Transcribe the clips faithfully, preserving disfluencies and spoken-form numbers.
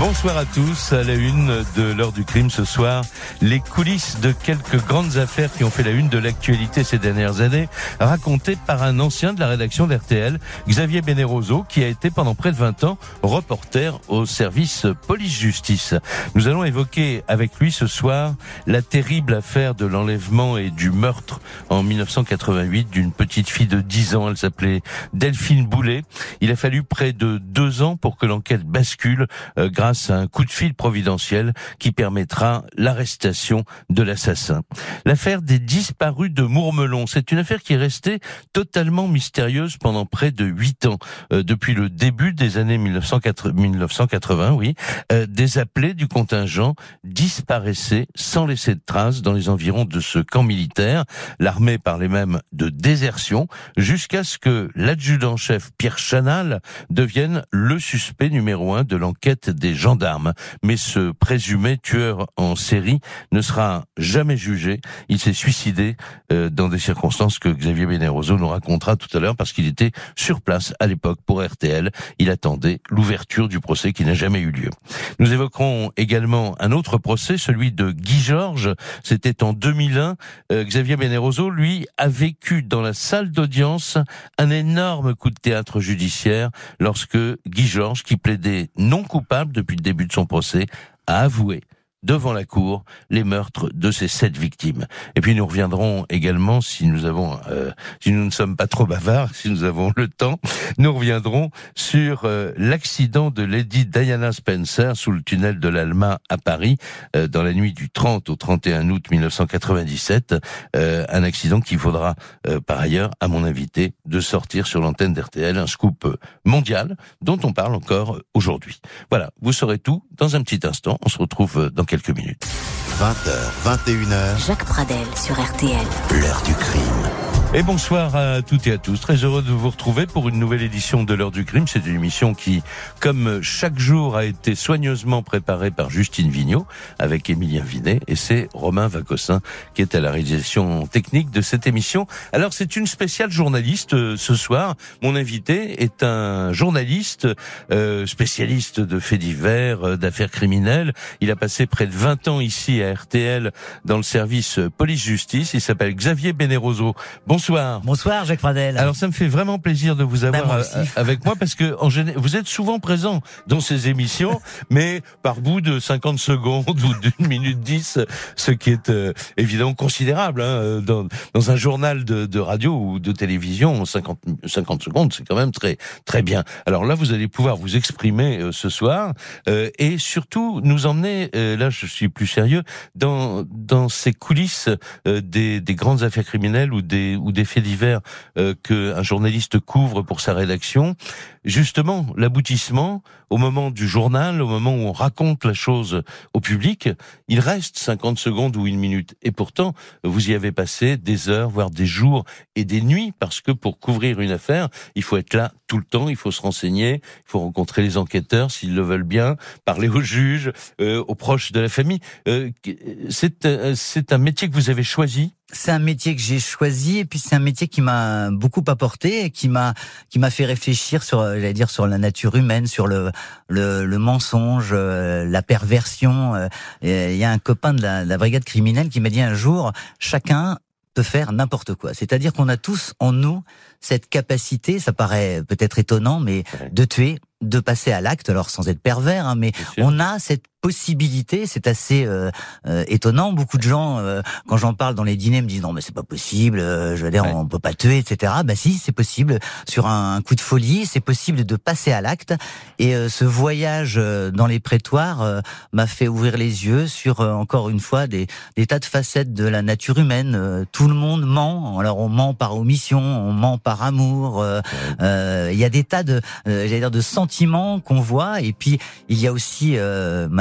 Bonsoir à tous. À la une de l'heure du crime ce soir, les coulisses de quelques grandes affaires qui ont fait la une de l'actualité ces dernières années, racontées par un ancien de la rédaction d'R T L, Xavier Bénéroseau, qui a été pendant près de vingt ans reporter au service police-justice. Nous allons évoquer avec lui ce soir la terrible affaire de l'enlèvement et du meurtre en dix-neuf cent quatre-vingt-huit d'une petite fille de dix ans. Elle s'appelait Delphine Boulet. Il a fallu près de deux ans pour que l'enquête bascule euh, grâce à un coup de fil providentiel qui permettra l'arrestation de l'assassin. L'affaire des disparus de Mourmelon, c'est une affaire qui est restée totalement mystérieuse pendant près de huit ans. Euh, depuis le début des années dix-neuf cent quatre-vingts, oui, euh, des appelés du contingent disparaissaient sans laisser de traces dans les environs de ce camp militaire. L'armée parlait même de désertion, jusqu'à ce que l'adjudant-chef Pierre Chanal devienne le suspect numéro un de l'enquête des gendarmes. Mais ce présumé tueur en série ne sera jamais jugé. Il s'est suicidé euh, dans des circonstances que Xavier Bénéroseau nous racontera tout à l'heure, parce qu'il était sur place à l'époque pour R T L. Il attendait l'ouverture du procès qui n'a jamais eu lieu. Nous évoquerons également un autre procès, celui de Guy Georges. C'était en deux mille un. Euh, Xavier Bénéroseau, lui, a vécu dans la salle d'audience un énorme coup de théâtre judiciaire lorsque Guy Georges, qui plaidait non coupable depuis le début de son procès, a avoué devant la cour les meurtres de ces sept victimes. Et puis nous reviendrons également, si nous avons, euh, si nous ne sommes pas trop bavards, si nous avons le temps, nous reviendrons sur euh, l'accident de Lady Diana Spencer sous le tunnel de l'Alma à Paris, euh, dans la nuit du trente au trente et un août dix-neuf cent quatre-vingt-dix-sept. Euh, un accident qui vaudra euh, par ailleurs à mon invité de sortir sur l'antenne d'R T L, un scoop mondial dont on parle encore aujourd'hui. Voilà, vous saurez tout dans un petit instant. On se retrouve dans quelques minutes. vingt heures, vingt et une heures. Jacques Pradel sur R T L. L'heure du crime. Et bonsoir à toutes et à tous. Très heureux de vous retrouver pour une nouvelle édition de l'heure du crime. C'est une émission qui, comme chaque jour, a été soigneusement préparée par Justine Vignot avec Émilien Vinet, et c'est Romain Vacossin qui est à la réalisation technique de cette émission. Alors c'est une spéciale journaliste euh, ce soir. Mon invité est un journaliste euh, spécialiste de faits divers, euh, d'affaires criminelles. Il a passé près de vingt ans ici à R T L dans le service police-justice. Il s'appelle Xavier Bénéroseau. Bonsoir. Bonsoir Jacques Pradel. Alors ça me fait vraiment plaisir de vous avoir ben, moi euh, avec moi, parce que en général, vous êtes souvent présent dans ces émissions, mais par bout de cinquante secondes ou d'une minute dix, ce qui est euh, évidemment considérable hein, dans, dans un journal de, de radio ou de télévision. cinquante, cinquante secondes, c'est quand même très très bien. Alors là, vous allez pouvoir vous exprimer euh, ce soir euh, et surtout nous emmener, euh, là je suis plus sérieux, dans dans ces coulisses euh, des, des grandes affaires criminelles ou des ou des faits divers euh, qu'un journaliste couvre pour sa rédaction. Justement, l'aboutissement, au moment du journal, au moment où on raconte la chose au public, il reste cinquante secondes ou une minute. Et pourtant, vous y avez passé des heures, voire des jours et des nuits, parce que pour couvrir une affaire, il faut être là tout le temps, il faut se renseigner, il faut rencontrer les enquêteurs s'ils le veulent bien, parler aux juges, euh, aux proches de la famille. Euh, c'est, euh, c'est un métier que vous avez choisi. C'est un métier que j'ai choisi, et puis c'est un métier qui m'a beaucoup apporté et qui m'a qui m'a fait réfléchir sur, j'allais dire, sur la nature humaine, sur le le, le mensonge, la perversion. Il y a un copain de la, de la brigade criminelle qui m'a dit un jour, chacun peut faire n'importe quoi. C'est-à-dire qu'on a tous en nous cette capacité, ça paraît peut-être étonnant, mais de tuer, de passer à l'acte, alors sans être pervers, hein, mais on a cette possibilité, c'est assez euh, euh, étonnant. Beaucoup de gens, euh, quand j'en parle dans les dîners, me disent non mais c'est pas possible, euh, je veux dire, ouais. on peut pas tuer, et cetera. Bah si, c'est possible. Sur un, un coup de folie, c'est possible de passer à l'acte. Et euh, ce voyage euh, dans les prétoires euh, m'a fait ouvrir les yeux sur euh, encore une fois des, des tas de facettes de la nature humaine. Euh, tout le monde ment. Alors on ment par omission, on ment par amour. Il euh, euh, y a des tas de, euh, j'allais dire, de sentiments qu'on voit. Et puis il y a aussi euh, malheureusement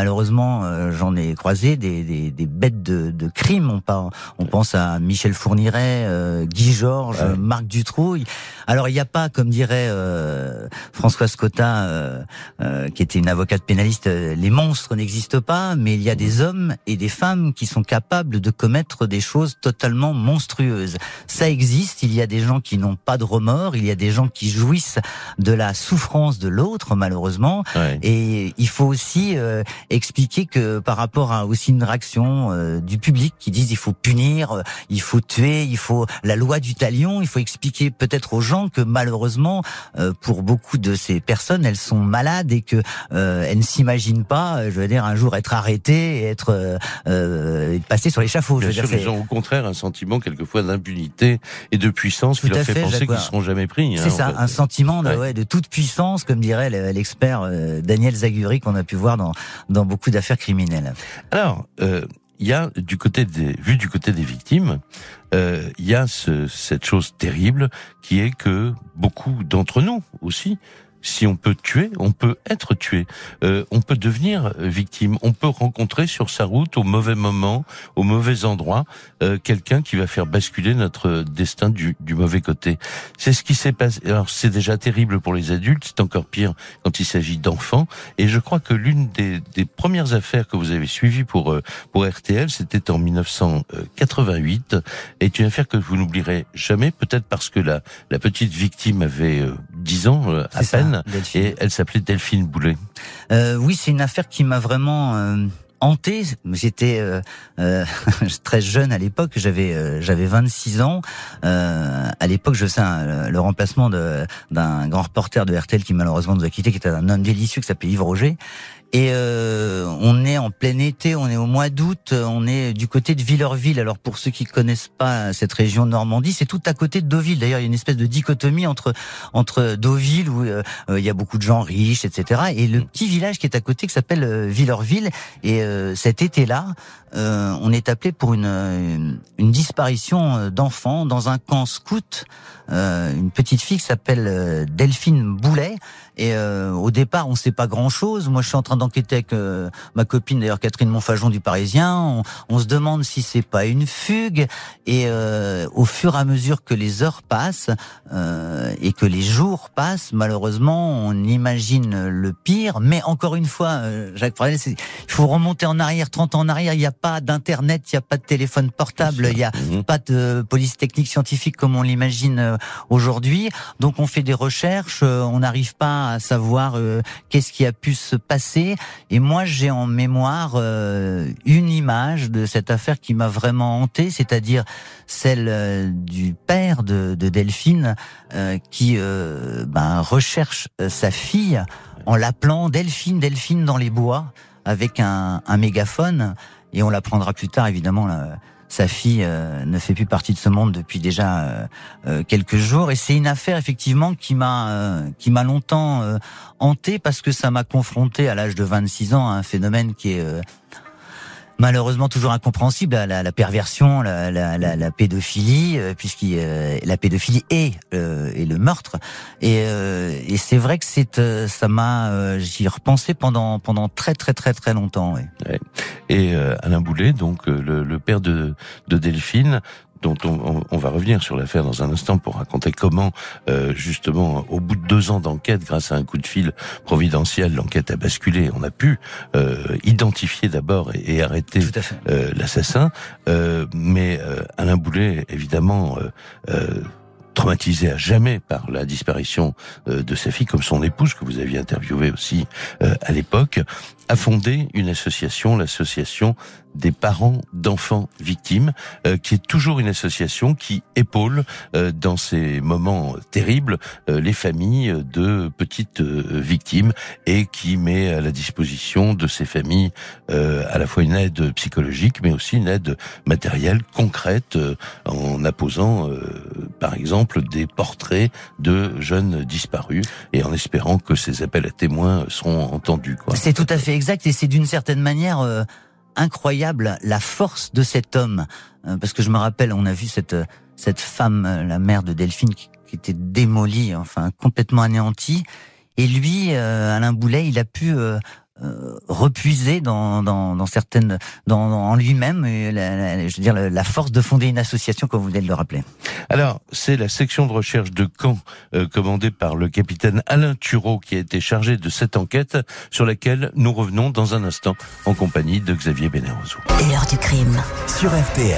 malheureusement, euh, j'en ai croisé des, des, des bêtes de, de crime. On, par, on pense à Michel Fourniret, euh, Guy Georges, ouais. Marc Dutroux. Alors il n'y a pas, comme dirait euh, Françoise Cotin, euh, euh, qui était une avocate pénaliste, euh, les monstres n'existent pas, mais il y a des hommes et des femmes qui sont capables de commettre des choses totalement monstrueuses. Ça existe. Il y a des gens qui n'ont pas de remords. Il y a des gens qui jouissent de la souffrance de l'autre, malheureusement. Ouais. Et il faut aussi euh, expliquer que par rapport à aussi une réaction euh, du public qui disent il faut punir, euh, il faut tuer, il faut la loi du talion. Il faut expliquer peut-être aux gens que malheureusement, euh, pour beaucoup de ces personnes, elles sont malades et que euh, elles ne s'imaginent pas, je veux dire, un jour être arrêtées et être euh, euh, passer sur l'échafaud. Bien je sûr, veux dire, les gens ont au contraire un sentiment quelquefois d'impunité et de puissance Tout qui leur fait, fait penser Jacques, qu'ils ne seront jamais pris. C'est hein, ça, en fait. un sentiment de, ouais. Ouais, de toute puissance, comme dirait l'expert euh, Daniel Zaguri qu'on a pu voir dans, dans beaucoup d'affaires criminelles. Alors, euh, il y a du côté des, vu du côté des victimes, euh, il y a ce, cette chose terrible qui est que beaucoup d'entre nous aussi, si on peut tuer, on peut être tué. Euh, on peut devenir victime. On peut rencontrer sur sa route, au mauvais moment, au mauvais endroit, euh, quelqu'un qui va faire basculer notre destin du, du mauvais côté. C'est ce qui s'est passé. Alors, c'est déjà terrible pour les adultes. C'est encore pire quand il s'agit d'enfants. Et je crois que l'une des, des premières affaires que vous avez suivies pour pour R T L, c'était en mille neuf cent quatre-vingt-huit. Est une affaire que vous n'oublierez jamais, peut-être parce que la la petite victime avait euh, dix ans euh, à peine. Delphine. Et elle s'appelait Delphine Boulet. Euh, oui, c'est une affaire qui m'a vraiment euh, hanté. J'étais euh, euh, très jeune à l'époque, j'avais euh, j'avais vingt-six ans. Euh, à l'époque, je faisais un, le remplacement de, d'un grand reporter de R T L qui malheureusement nous a quittés, qui était un homme délicieux qui s'appelait Yves Roger. Et euh, on est en plein été, on est au mois d'août, on est du côté de Villeurville. Alors pour ceux qui connaissent pas cette région de Normandie, c'est tout à côté de Deauville. D'ailleurs, il y a une espèce de dichotomie entre entre Deauville où euh, il y a beaucoup de gens riches, et cetera, et le petit village qui est à côté qui s'appelle euh, Villeurville. Et euh, cet été-là, euh, on est appelé pour une une, une disparition d'enfants dans un camp scout. Euh, une petite fille qui s'appelle euh, Delphine Boulet. Et euh, au départ, on ne sait pas grand-chose. Moi, je suis en train d'enquêter avec euh, ma copine, d'ailleurs Catherine Montfajon du Parisien. On, on se demande si c'est pas une fugue. Et euh, au fur et à mesure que les heures passent euh, et que les jours passent, malheureusement, on imagine le pire. Mais encore une fois, euh, Jacques Pradel, il faut remonter en arrière, trente ans en arrière. Il n'y a pas d'internet, il n'y a pas de téléphone portable, il n'y a mmh. pas de police technique scientifique comme on l'imagine euh, aujourd'hui. Donc, on fait des recherches, euh, on n'arrive pas à savoir euh, qu'est-ce qui a pu se passer. Et moi, j'ai en mémoire euh, une image de cette affaire qui m'a vraiment hanté, c'est-à-dire celle euh, du père de, de Delphine euh, qui euh, ben, recherche euh, sa fille en l'appelant Delphine, Delphine dans les bois avec un, un mégaphone. Et on l'apprendra plus tard, évidemment, là, sa fille euh, ne fait plus partie de ce monde depuis déjà euh, euh, quelques jours. Et c'est une affaire effectivement qui m'a euh, qui m'a longtemps euh, hanté parce que ça m'a confronté à l'âge de vingt-six ans à un phénomène qui est euh, malheureusement toujours incompréhensible, la, la, la perversion, la, la, la, la pédophilie, euh, puisqu'il euh, la pédophilie est euh, et le meurtre. Et, euh, et c'est vrai que c'est euh, ça m'a euh, j'y ai repensé pendant pendant très très très très longtemps. Ouais. Ouais. Et euh, Alain Boulet, donc euh, le, le père de, de Delphine, dont on, on, on va revenir sur l'affaire dans un instant pour raconter comment, euh, justement, au bout de deux ans d'enquête, grâce à un coup de fil providentiel, l'enquête a basculé. On a pu euh, identifier d'abord et, et arrêter euh, l'assassin. Euh, mais euh, Alain Boulet, évidemment, euh, euh, traumatisé à jamais par la disparition euh, de sa fille, comme son épouse, que vous aviez interviewé aussi euh, à l'époque, a fondé une association, l'association des parents d'enfants victimes, euh, qui est toujours une association qui épaule euh, dans ces moments terribles euh, les familles de petites euh, victimes et qui met à la disposition de ces familles euh, à la fois une aide psychologique mais aussi une aide matérielle concrète euh, en apposant euh, par exemple des portraits de jeunes disparus et en espérant que ces appels à témoins seront entendus, quoi. C'est tout à fait exact et c'est d'une certaine manière euh, incroyable la force de cet homme, euh, parce que je me rappelle, on a vu cette cette femme, la mère de Delphine, qui, qui était démolie, enfin complètement anéantie, et lui, euh, Alain Boulet, il a pu euh, euh, repuiser dans, dans, dans certaines, dans, en lui-même, la, la, je veux dire, la, la force de fonder une association, comme vous venez de le rappeler. Alors, c'est la section de recherche de Caen, euh, commandée par le capitaine Alain Thureau, qui a été chargé de cette enquête, sur laquelle nous revenons dans un instant, en compagnie de Xavier Bénéroso. L'heure du crime. Sur R T L.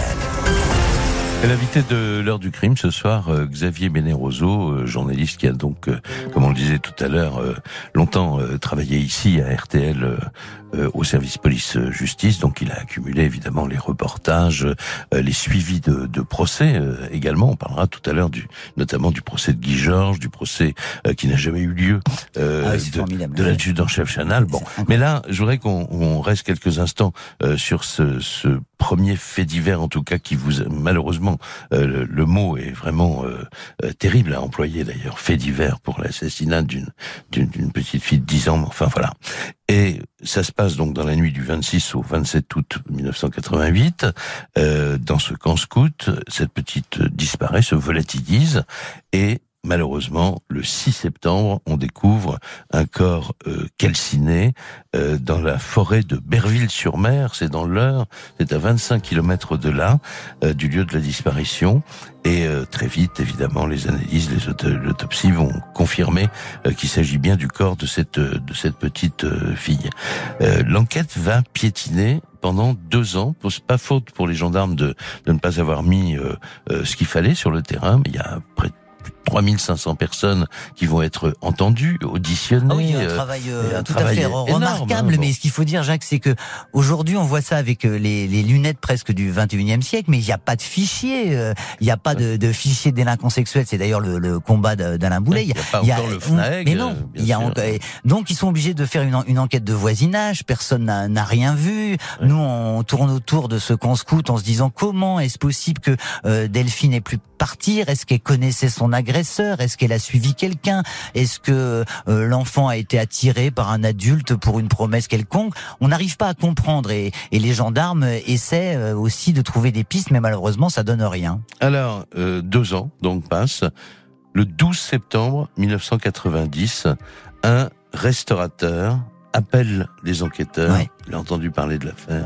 L'invité de l'heure du crime ce soir, euh, Xavier Bénéroso, euh, journaliste qui a donc, euh, comme on le disait tout à l'heure, euh, longtemps euh, travaillé ici à R T L euh, euh, au service police-justice. Donc il a accumulé évidemment les reportages, euh, les suivis de, de procès euh, également. On parlera tout à l'heure du, notamment du procès de Guy Georges, du procès euh, qui n'a jamais eu lieu euh, ah oui, de, de l'adjudant-chef Chanal. Bon, mais là, je voudrais qu'on on reste quelques instants euh, sur ce, ce premier fait divers, en tout cas, qui vous malheureusement euh, le, le mot est vraiment euh, euh, terrible à employer d'ailleurs, fait divers pour l'assassinat d'une, d'une d'une petite fille de dix ans. Enfin voilà. Et ça se passe donc dans la nuit du vingt-six au vingt-sept août mille neuf cent quatre-vingt-huit. Euh, dans ce camp scout, cette petite disparaît, se volatilise et malheureusement, le six septembre, on découvre un corps euh, calciné euh, dans la forêt de Berville-sur-Mer, c'est dans l'Eure, c'est à vingt-cinq kilomètres de là, euh, du lieu de la disparition. Et euh, très vite, évidemment, les analyses, les auto- l'autopsie vont confirmer euh, qu'il s'agit bien du corps de cette de cette petite euh, fille. Euh, l'enquête va piétiner pendant deux ans. C'est pas faute pour les gendarmes de, de ne pas avoir mis euh, euh, ce qu'il fallait sur le terrain, mais il y a près de trois mille cinq cents personnes qui vont être entendues, auditionnées. Ah oui, il y a un travail euh, un tout travail à fait énorme, remarquable. hein, bon. Mais ce qu'il faut dire, Jacques, c'est que aujourd'hui, on voit ça avec les, les lunettes presque du vingt et unième siècle, mais il n'y a pas de fichier. euh, Il n'y a pas de, de fichier de délinquants sexuels. C'est d'ailleurs le, le combat d'Alain Boulet. Il n'y a pas encore le FNAEG. Mais non, il y a encore, donc ils sont obligés de faire une, une enquête de voisinage. Personne n'a, n'a rien vu. Ouais. Nous, on tourne autour de ce camp scout en se disant comment est-ce possible que euh, Delphine n'ait plus partir? Est-ce qu'elle connaissait son agresseur? Est-ce qu'elle a suivi quelqu'un? Est-ce que euh, l'enfant a été attiré par un adulte pour une promesse quelconque? On n'arrive pas à comprendre et, et les gendarmes essaient euh, aussi de trouver des pistes, mais malheureusement ça donne rien. Alors, euh, deux ans donc passent. Le douze septembre mille neuf cent quatre-vingt-dix, un restaurateur appelle les enquêteurs, ouais. Il a entendu parler de l'affaire,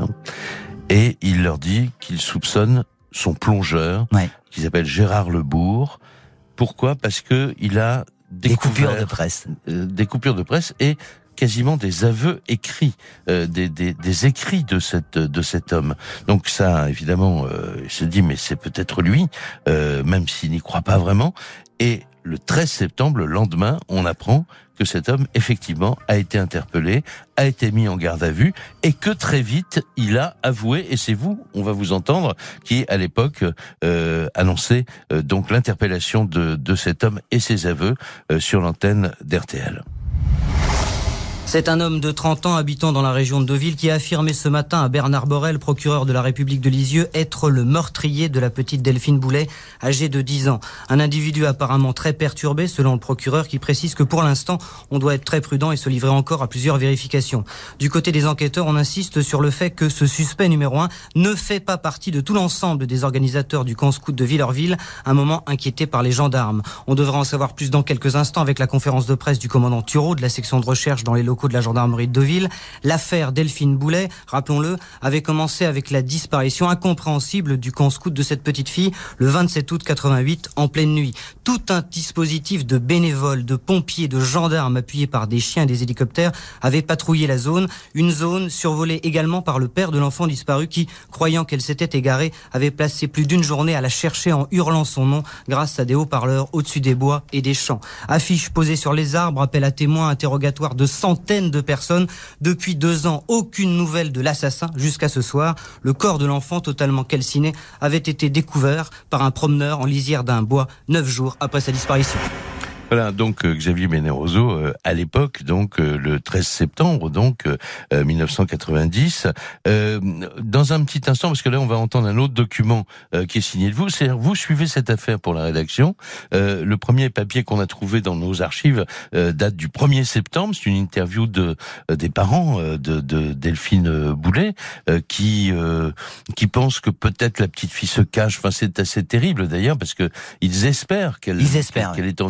et il leur dit qu'il soupçonne son plongeur, ouais. qui s'appelle Gérard Lebourg. Pourquoi? Parce que il a des coupures de presse, euh, des coupures de presse et quasiment des aveux écrits, euh, des, des, des écrits de cette de cet homme. Donc ça, évidemment, euh, il se dit mais c'est peut-être lui, euh, même s'il n'y croit pas vraiment. Et le treize septembre, le lendemain, on apprend que cet homme, effectivement, a été interpellé, a été mis en garde à vue, et que très vite, il a avoué, et c'est vous, on va vous entendre, qui, à l'époque, euh, annonçait euh, donc l'interpellation de, de cet homme et ses aveux euh, sur l'antenne d'R T L. C'est un homme de trente ans habitant dans la région de Deauville qui a affirmé ce matin à Bernard Borel, procureur de la République de Lisieux, être le meurtrier de la petite Delphine Boulet, âgée de dix ans. Un individu apparemment très perturbé, selon le procureur, qui précise que pour l'instant, on doit être très prudent et se livrer encore à plusieurs vérifications. Du côté des enquêteurs, on insiste sur le fait que ce suspect numéro un ne fait pas partie de tout l'ensemble des organisateurs du camp scout de Villerville, un moment inquiété par les gendarmes. On devra en savoir plus dans quelques instants avec la conférence de presse du commandant Thureau de la section de recherche dans les locaux de la gendarmerie de Deauville. L'affaire Delphine Boulet, rappelons-le, avait commencé avec la disparition incompréhensible du camp scout de cette petite fille le vingt-sept août quatre-vingt-huit en pleine nuit. Tout un dispositif de bénévoles, de pompiers, de gendarmes appuyés par des chiens et des hélicoptères avait patrouillé la zone. Une zone survolée également par le père de l'enfant disparu qui, croyant qu'elle s'était égarée, avait passé plus d'une journée à la chercher en hurlant son nom grâce à des haut-parleurs au-dessus des bois et des champs. Affiches posées sur les arbres, appel à témoins, interrogatoire de centaines de personnes. Depuis deux ans, aucune nouvelle de l'assassin jusqu'à ce soir. Le corps de l'enfant totalement calciné avait été découvert par un promeneur en lisière d'un bois neuf jours après sa disparition. Voilà, donc euh, Xavier Bénéroso, euh, à l'époque, donc euh, le treize septembre, donc euh, mille neuf cent quatre-vingt-dix, euh, dans un petit instant, parce que là on va entendre un autre document euh, qui est signé de vous, c'est-à-dire vous suivez cette affaire pour la rédaction. Euh, le premier papier qu'on a trouvé dans nos archives euh, date du premier septembre, c'est une interview de euh, des parents euh, de, de Delphine Boulet euh, qui euh, qui pensent que peut-être la petite fille se cache. Enfin, c'est assez terrible d'ailleurs parce que ils espèrent qu'elle ils espèrent, qu'elle oui. est en vie, qu'elle n'a pas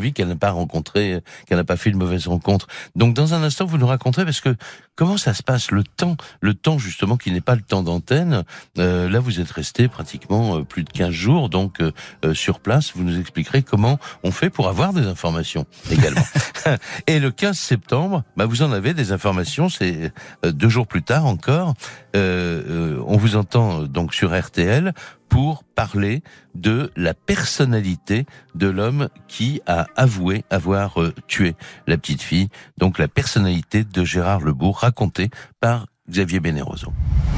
pas rencontré, qu'elle n'a pas fait une mauvaise rencontre. Donc dans un instant, vous nous raconterez, parce que comment ça se passe, le temps, le temps justement qui n'est pas le temps d'antenne. Euh, là, vous êtes resté pratiquement plus de quinze jours, donc euh, sur place. Vous nous expliquerez comment on fait pour avoir des informations également. Et le quinze septembre, bah, vous en avez des informations. C'est euh, deux jours plus tard encore. Euh, euh, on vous entend donc sur R T L pour parler de la personnalité de l'homme qui a avoué avoir euh, tué la petite fille. Donc la personnalité de Gérard Lebourg, racontée par Xavier Bénéroso.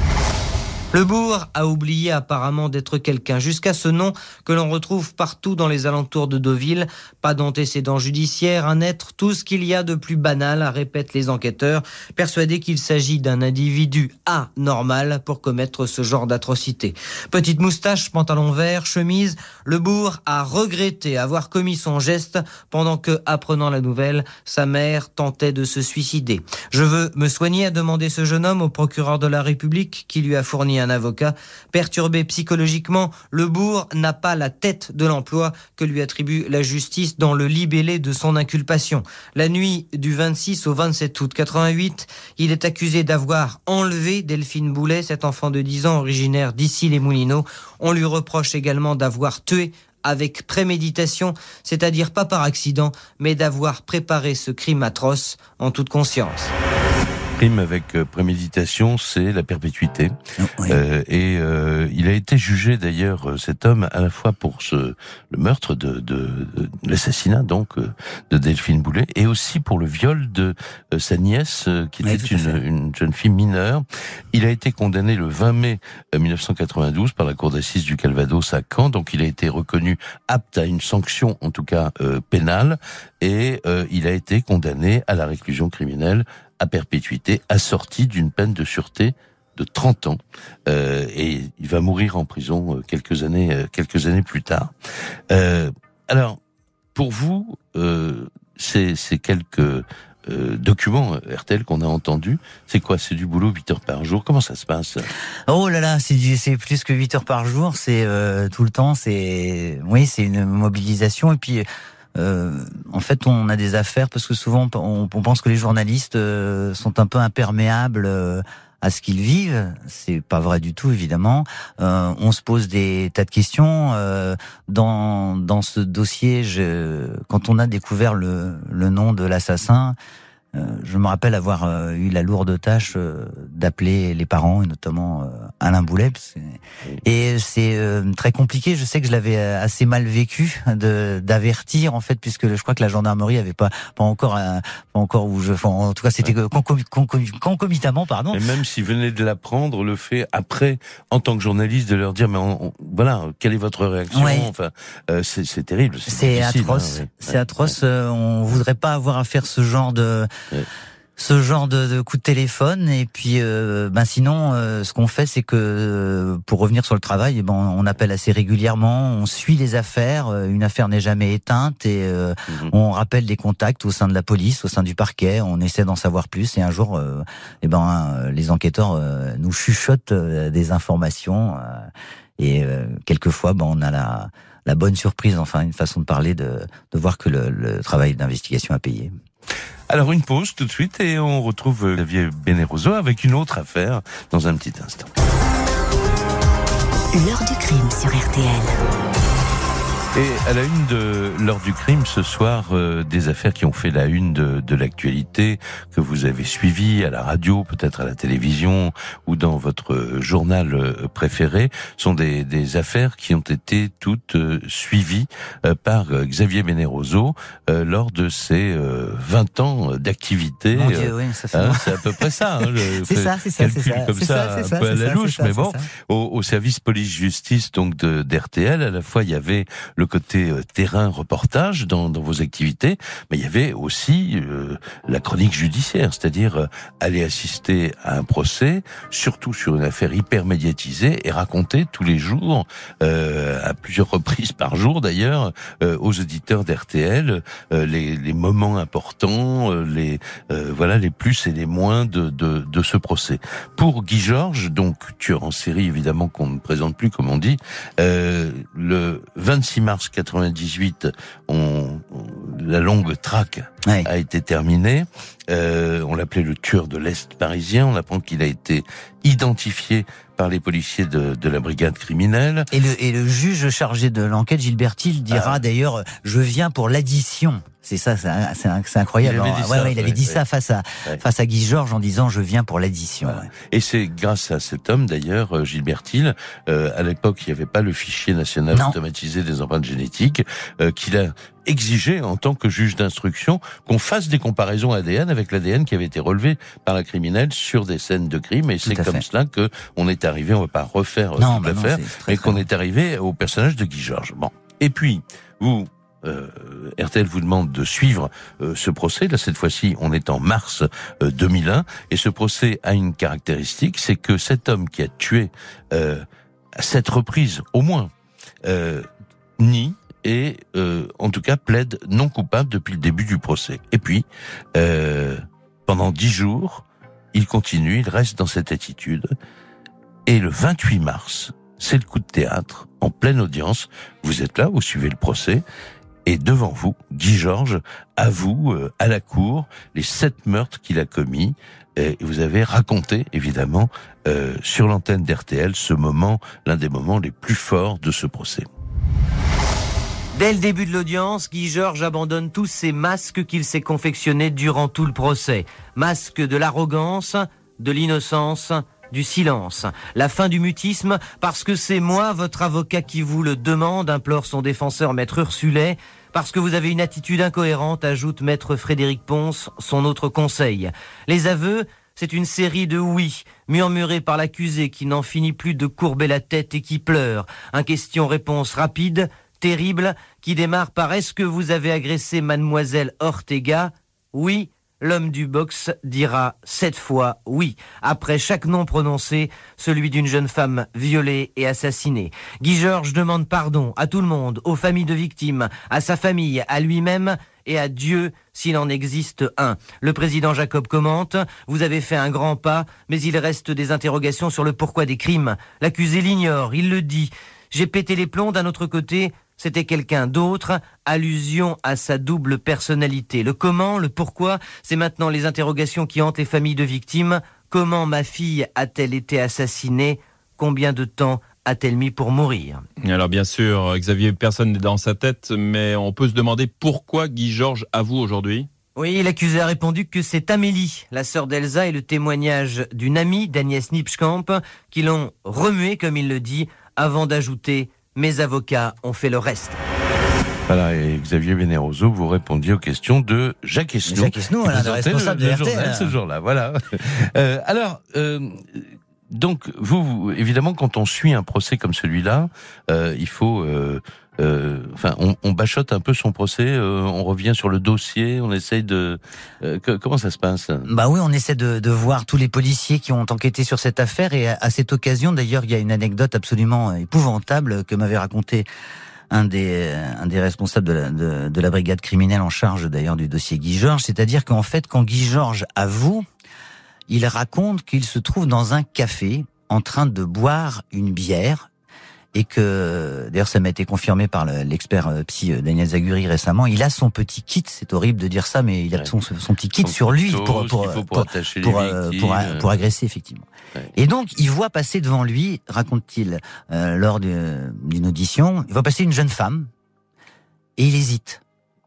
Lebourg a oublié apparemment d'être quelqu'un, jusqu'à ce nom que l'on retrouve partout dans les alentours de Deauville. Pas d'antécédent judiciaire, un être, tout ce qu'il y a de plus banal, répètent les enquêteurs, persuadés qu'il s'agit d'un individu anormal pour commettre ce genre d'atrocité. Petite moustache, pantalon vert, chemise, Lebourg a regretté avoir commis son geste pendant que, apprenant la nouvelle, sa mère tentait de se suicider. « Je veux me soigner », a demandé ce jeune homme au procureur de la République qui lui a fourni un avocat. Perturbé psychologiquement, Lebourg n'a pas la tête de l'emploi que lui attribue la justice dans le libellé de son inculpation. La nuit du vingt-six au vingt-sept août quatre-vingt-huit, il est accusé d'avoir enlevé Delphine Boulet, cet enfant de dix ans originaire d'Issy-les-Moulineaux. On lui reproche également d'avoir tué avec préméditation, c'est-à-dire pas par accident, mais d'avoir préparé ce crime atroce en toute conscience. Crime avec préméditation, c'est la perpétuité. Oui. Euh, et euh, il a été jugé d'ailleurs, cet homme, à la fois pour ce, le meurtre de, de, de l'assassinat donc de Delphine Boulet, et aussi pour le viol de euh, sa nièce, euh, qui oui, était une, une jeune fille mineure. Il a été condamné le vingt mai mille neuf cent quatre-vingt-douze par la cour d'assises du Calvados à Caen. Donc il a été reconnu apte à une sanction, en tout cas euh, pénale, et euh, il a été condamné à la réclusion criminelle à perpétuité, assorti d'une peine de sûreté de trente ans, euh, et il va mourir en prison euh, quelques années, euh, quelques années plus tard. Euh, alors, pour vous, euh, ces, ces quelques euh, documents R T L qu'on a entendus, c'est quoi? C'est du boulot huit heures par jour? Comment ça se passe? Oh là là, c'est du, c'est plus que huit heures par jour, c'est euh, tout le temps, c'est, oui, c'est une mobilisation, et puis. Euh, en fait, on a des affaires parce que souvent on, on pense que les journalistes euh, sont un peu imperméables euh, à ce qu'ils vivent. C'est pas vrai du tout, évidemment. Euh, on se pose des tas de questions. Euh, dans dans ce dossier, je, quand on a découvert le, le nom de l'assassin, euh, je me rappelle avoir euh, eu la lourde tâche euh, d'appeler les parents, et notamment euh, Alain Boulet. Et c'est euh, très compliqué. Je sais que je l'avais assez mal vécu de d'avertir, en fait, puisque je crois que la gendarmerie avait pas pas encore euh, pas encore où je, enfin, en tout cas c'était concomi, concomi, concomitamment, pardon. Et même s'ils venaient de l'apprendre, le fait après, en tant que journaliste, de leur dire, mais on, on, voilà, quelle est votre réaction? Ouais. Enfin, euh, c'est, c'est terrible. C'est, c'est atroce. Hein, ouais. C'est atroce. Ouais. Euh, on voudrait pas avoir à faire ce genre de ouais. ce genre de, de coup de téléphone. Et puis, euh, ben sinon, euh, ce qu'on fait, c'est que euh, pour revenir sur le travail, ben on appelle assez régulièrement, on suit les affaires. Une affaire n'est jamais éteinte, et euh, mmh. on rappelle des contacts au sein de la police, au sein du parquet. On essaie d'en savoir plus. Et un jour, euh, eh ben les enquêteurs euh, nous chuchotent euh, des informations. Euh, et euh, quelquefois, ben on a la la bonne surprise, enfin une façon de parler, de de voir que le, le travail d'investigation a payé. Alors une pause tout de suite et on retrouve Xavier Bénéroso avec une autre affaire dans un petit instant. L'heure du crime sur R T L. Et à la une de l'heure du crime ce soir, euh, des affaires qui ont fait la une de, de l'actualité, que vous avez suivies à la radio, peut-être à la télévision ou dans votre journal préféré, sont des, des affaires qui ont été toutes euh, suivies euh, par euh, Xavier Bénéroso euh, lors de ses euh, vingt ans d'activité. Mon Dieu, oui, ça fait hein, c'est à peu près ça. Hein, c'est ça, c'est ça, c'est ça. Comme c'est ça, ça, c'est un ça, peu à la ça, louche, ça, mais bon, au, au service police-justice donc de d'R T L, à la fois il y avait le côté euh, terrain reportage dans, dans vos activités, mais il y avait aussi euh, la chronique judiciaire, c'est-à-dire euh, aller assister à un procès, surtout sur une affaire hyper médiatisée, et raconter tous les jours, euh, à plusieurs reprises par jour d'ailleurs, euh, aux auditeurs d'R T L, euh, les, les moments importants, euh, les euh, voilà les plus et les moins de, de, de ce procès. Pour Guy Georges, donc tueur en série évidemment qu'on ne présente plus comme on dit, euh, le vingt-six mars quatre-vingt-dix-huit, on, on, la longue traque Ouais. a été terminée. Euh, on l'appelait le tueur de l'Est parisien. On apprend qu'il a été identifié par les policiers de, de la brigade criminelle. Et le, et le juge chargé de l'enquête, Gilbert Hill, dira Ah. d'ailleurs « Je viens pour l'addition ». C'est ça, c'est, c'est, c'est incroyable. Il avait dit ouais, ça, ouais, il avait ouais, dit ouais. ça face à, Ouais. face à Guy Georges en disant « Je viens pour l'addition Voilà. ouais. Et c'est grâce à cet homme, d'ailleurs, euh, Gilbert Hill, euh, à l'époque, il n'y avait pas le fichier national Non. automatisé des empreintes génétiques, euh, qu'il a exigé, en tant que juge d'instruction, qu'on fasse des comparaisons A D N avec l'A D N qui avait été relevé par la criminelle sur des scènes de crime. Et Tout c'est à comme fait. cela que on est arrivé, on va pas refaire euh, Non, toute bah non, l'affaire, c'est très, mais très qu'on bon. est arrivé au personnage de Guy Georges. Bon. Et puis, vous... Euh, R T L vous demande de suivre euh, ce procès. Là, cette fois-ci, on est en mars euh, deux mille un, et ce procès a une caractéristique, c'est que cet homme qui a tué euh, à sept reprises au moins euh, nie et, euh, en tout cas, plaide non coupable depuis le début du procès. Et puis, euh, pendant dix jours, il continue, il reste dans cette attitude. Et le vingt-huit mars, c'est le coup de théâtre, en pleine audience. Vous êtes là, vous suivez le procès. Et devant vous, Guy Georges avoue euh, à la cour les sept meurtres qu'il a commis. Et vous avez raconté, évidemment, euh, sur l'antenne d'R T L, ce moment, l'un des moments les plus forts de ce procès. Dès le début de l'audience, Guy Georges abandonne tous ces masques qu'il s'est confectionnés durant tout le procès. Masques de l'arrogance, de l'innocence, du silence. La fin du mutisme, parce que c'est moi, votre avocat, qui vous le demande, implore son défenseur, maître Ursulet. Parce que vous avez une attitude incohérente, ajoute maître Frédéric Ponce, son autre conseil. Les aveux, c'est une série de oui, murmurés par l'accusé qui n'en finit plus de courber la tête et qui pleure. Un question-réponse rapide, terrible, qui démarre par « Est-ce que vous avez agressé mademoiselle Ortega ?» Oui. L'homme du box dira sept fois oui. Après chaque nom prononcé, celui d'une jeune femme violée et assassinée. Guy Georges demande pardon à tout le monde, aux familles de victimes, à sa famille, à lui-même et à Dieu s'il en existe un. Le président Jacob commente « Vous avez fait un grand pas, mais il reste des interrogations sur le pourquoi des crimes. L'accusé l'ignore, il le dit. J'ai pété les plombs d'un autre côté. » C'était quelqu'un d'autre, allusion à sa double personnalité. Le comment, le pourquoi, c'est maintenant les interrogations qui hantent les familles de victimes. Comment ma fille a-t-elle été assassinée ? Combien de temps a-t-elle mis pour mourir ? Alors bien sûr, Xavier, personne n'est dans sa tête, mais on peut se demander pourquoi Guy Georges avoue aujourd'hui ? Oui, l'accusé a répondu que c'est Amélie, la sœur d'Elsa, et le témoignage d'une amie d'Agnès Nipschkamp qui l'ont remué, comme il le dit, avant d'ajouter « Mes avocats ont fait le reste ». Voilà, et Xavier Bénéroso, vous répondiez aux questions de Jacques Esnault. Jacques Esnault, qui voilà, le présentait responsable le, de le R T L. journal ce jour-là, voilà. Euh, alors, euh, donc, vous, vous, évidemment, quand on suit un procès comme celui-là, euh, il faut... Euh, euh, enfin, on, on bachote un peu son procès, euh, on revient sur le dossier, on essaye de... Euh, que, comment ça se passe ? Bah oui, on essaie de, de voir tous les policiers qui ont enquêté sur cette affaire et à, à cette occasion, d'ailleurs, il y a une anecdote absolument épouvantable que m'avait raconté un des, un des responsables de la, de, de la brigade criminelle en charge d'ailleurs du dossier Guy Georges, c'est-à-dire qu'en fait, quand Guy Georges avoue, il raconte qu'il se trouve dans un café en train de boire une bière et que, d'ailleurs ça m'a été confirmé par le, l'expert psy Daniel Zaguri récemment, il a son petit kit, c'est horrible de dire ça, mais il a ouais. son, son petit kit Son sur lui couteau, pour, ce pour, qu'il faut pour, pour attacher pour, les euh, victimes. pour, pour agresser effectivement. Ouais. Et donc il voit passer devant lui, raconte-t-il, euh, lors de, d'une audition, il voit passer une jeune femme et il hésite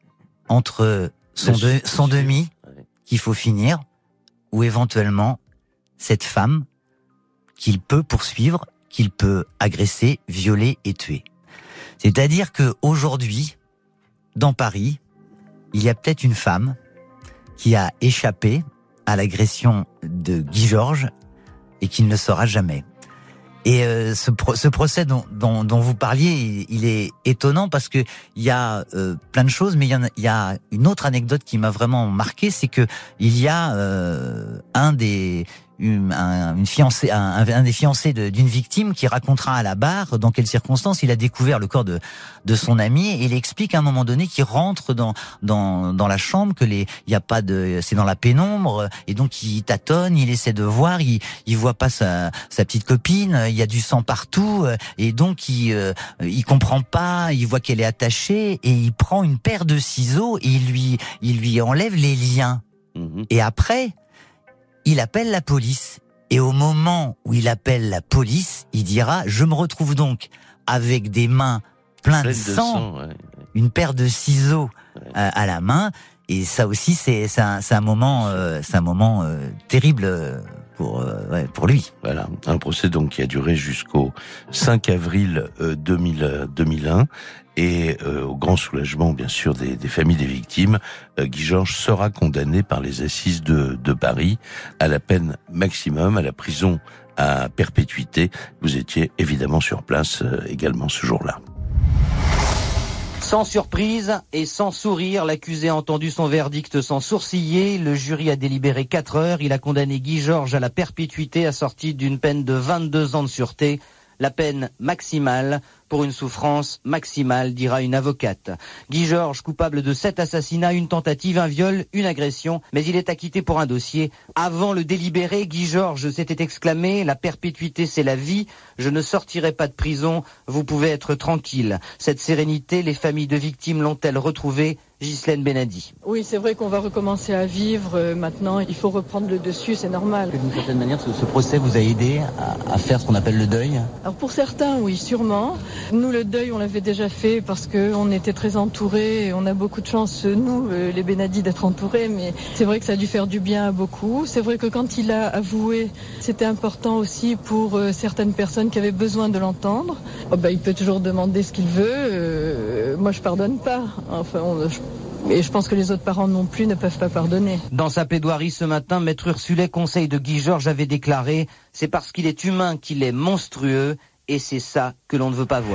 entre son, de, son demi Ouais. qu'il faut finir ou éventuellement cette femme qu'il peut poursuivre, qu'il peut agresser, violer et tuer. C'est-à-dire que aujourd'hui, dans Paris, il y a peut-être une femme qui a échappé à l'agression de Guy Georges et qui ne le saura jamais. Et euh, ce, pro- ce procès dont, dont, dont vous parliez, il, il est étonnant parce que il y a euh, plein de choses, mais il y, en a, il y a une autre anecdote qui m'a vraiment marqué, c'est que il y a euh, un des une, un, une fiancée, un, un des fiancés de, d'une victime qui racontera à la barre dans quelles circonstances il a découvert le corps de, de son ami, et il explique à un moment donné qu'il rentre dans, dans, dans la chambre, que les, il y a pas de, c'est dans la pénombre, et donc il tâtonne, il essaie de voir, il, il voit pas sa, sa petite copine, il y a du sang partout, et donc il, euh, il comprend pas, il voit qu'elle est attachée, et il prend une paire de ciseaux et il lui, il lui enlève les liens. Mmh. Et après, il appelle la police. Et au moment où il appelle la police, il dira « Je me retrouve donc avec des mains pleines de, de sang, sang ouais. une paire de ciseaux ouais. à, à la main. » Et ça aussi, c'est, c'est, un, c'est un moment, euh, c'est un moment euh, terrible pour, euh, ouais, pour lui. Voilà, un procès donc qui a duré jusqu'au cinq avril euh, deux mille, deux mille un. Et euh, au grand soulagement, bien sûr, des, des familles des victimes, euh, Guy Georges sera condamné par les assises de, de Paris à la peine maximum, à la prison à perpétuité. Vous étiez évidemment sur place euh, également ce jour-là. Sans surprise et sans sourire, l'accusé a entendu son verdict sans sourciller. Le jury a délibéré quatre heures. Il a condamné Guy Georges à la perpétuité assortie d'une peine de vingt-deux ans de sûreté. La peine maximale pour une souffrance maximale, dira une avocate. Guy Georges, coupable de sept assassinats, une tentative, un viol, une agression, mais il est acquitté pour un dossier. Avant le délibéré, Guy Georges s'était exclamé « La perpétuité, c'est la vie. Je ne sortirai pas de prison. Vous pouvez être tranquille. » Cette sérénité, les familles de victimes l'ont-elles retrouvée? Ghislaine Benadi. Oui, c'est vrai qu'on va recommencer à vivre euh, maintenant. Il faut reprendre le dessus, c'est normal. D'une certaine manière, ce, ce procès vous a aidé à, à faire ce qu'on appelle le deuil? Alors pour certains, oui, sûrement. Nous, le deuil, on l'avait déjà fait parce qu'on était très entourés. Et on a beaucoup de chance, nous, euh, les Benadi, d'être entourés. Mais c'est vrai que ça a dû faire du bien à beaucoup. C'est vrai que quand il a avoué, c'était important aussi pour euh, certaines personnes qui avaient besoin de l'entendre. Oh, bah, il peut toujours demander ce qu'il veut. Euh, moi, je pardonne pas. Enfin, on, je... Et je pense que les autres parents non plus ne peuvent pas pardonner. Dans sa plaidoirie ce matin, Maître Ursulet, conseil de Guy Georges, avait déclaré « C'est parce qu'il est humain qu'il est monstrueux et c'est ça que l'on ne veut pas voir ».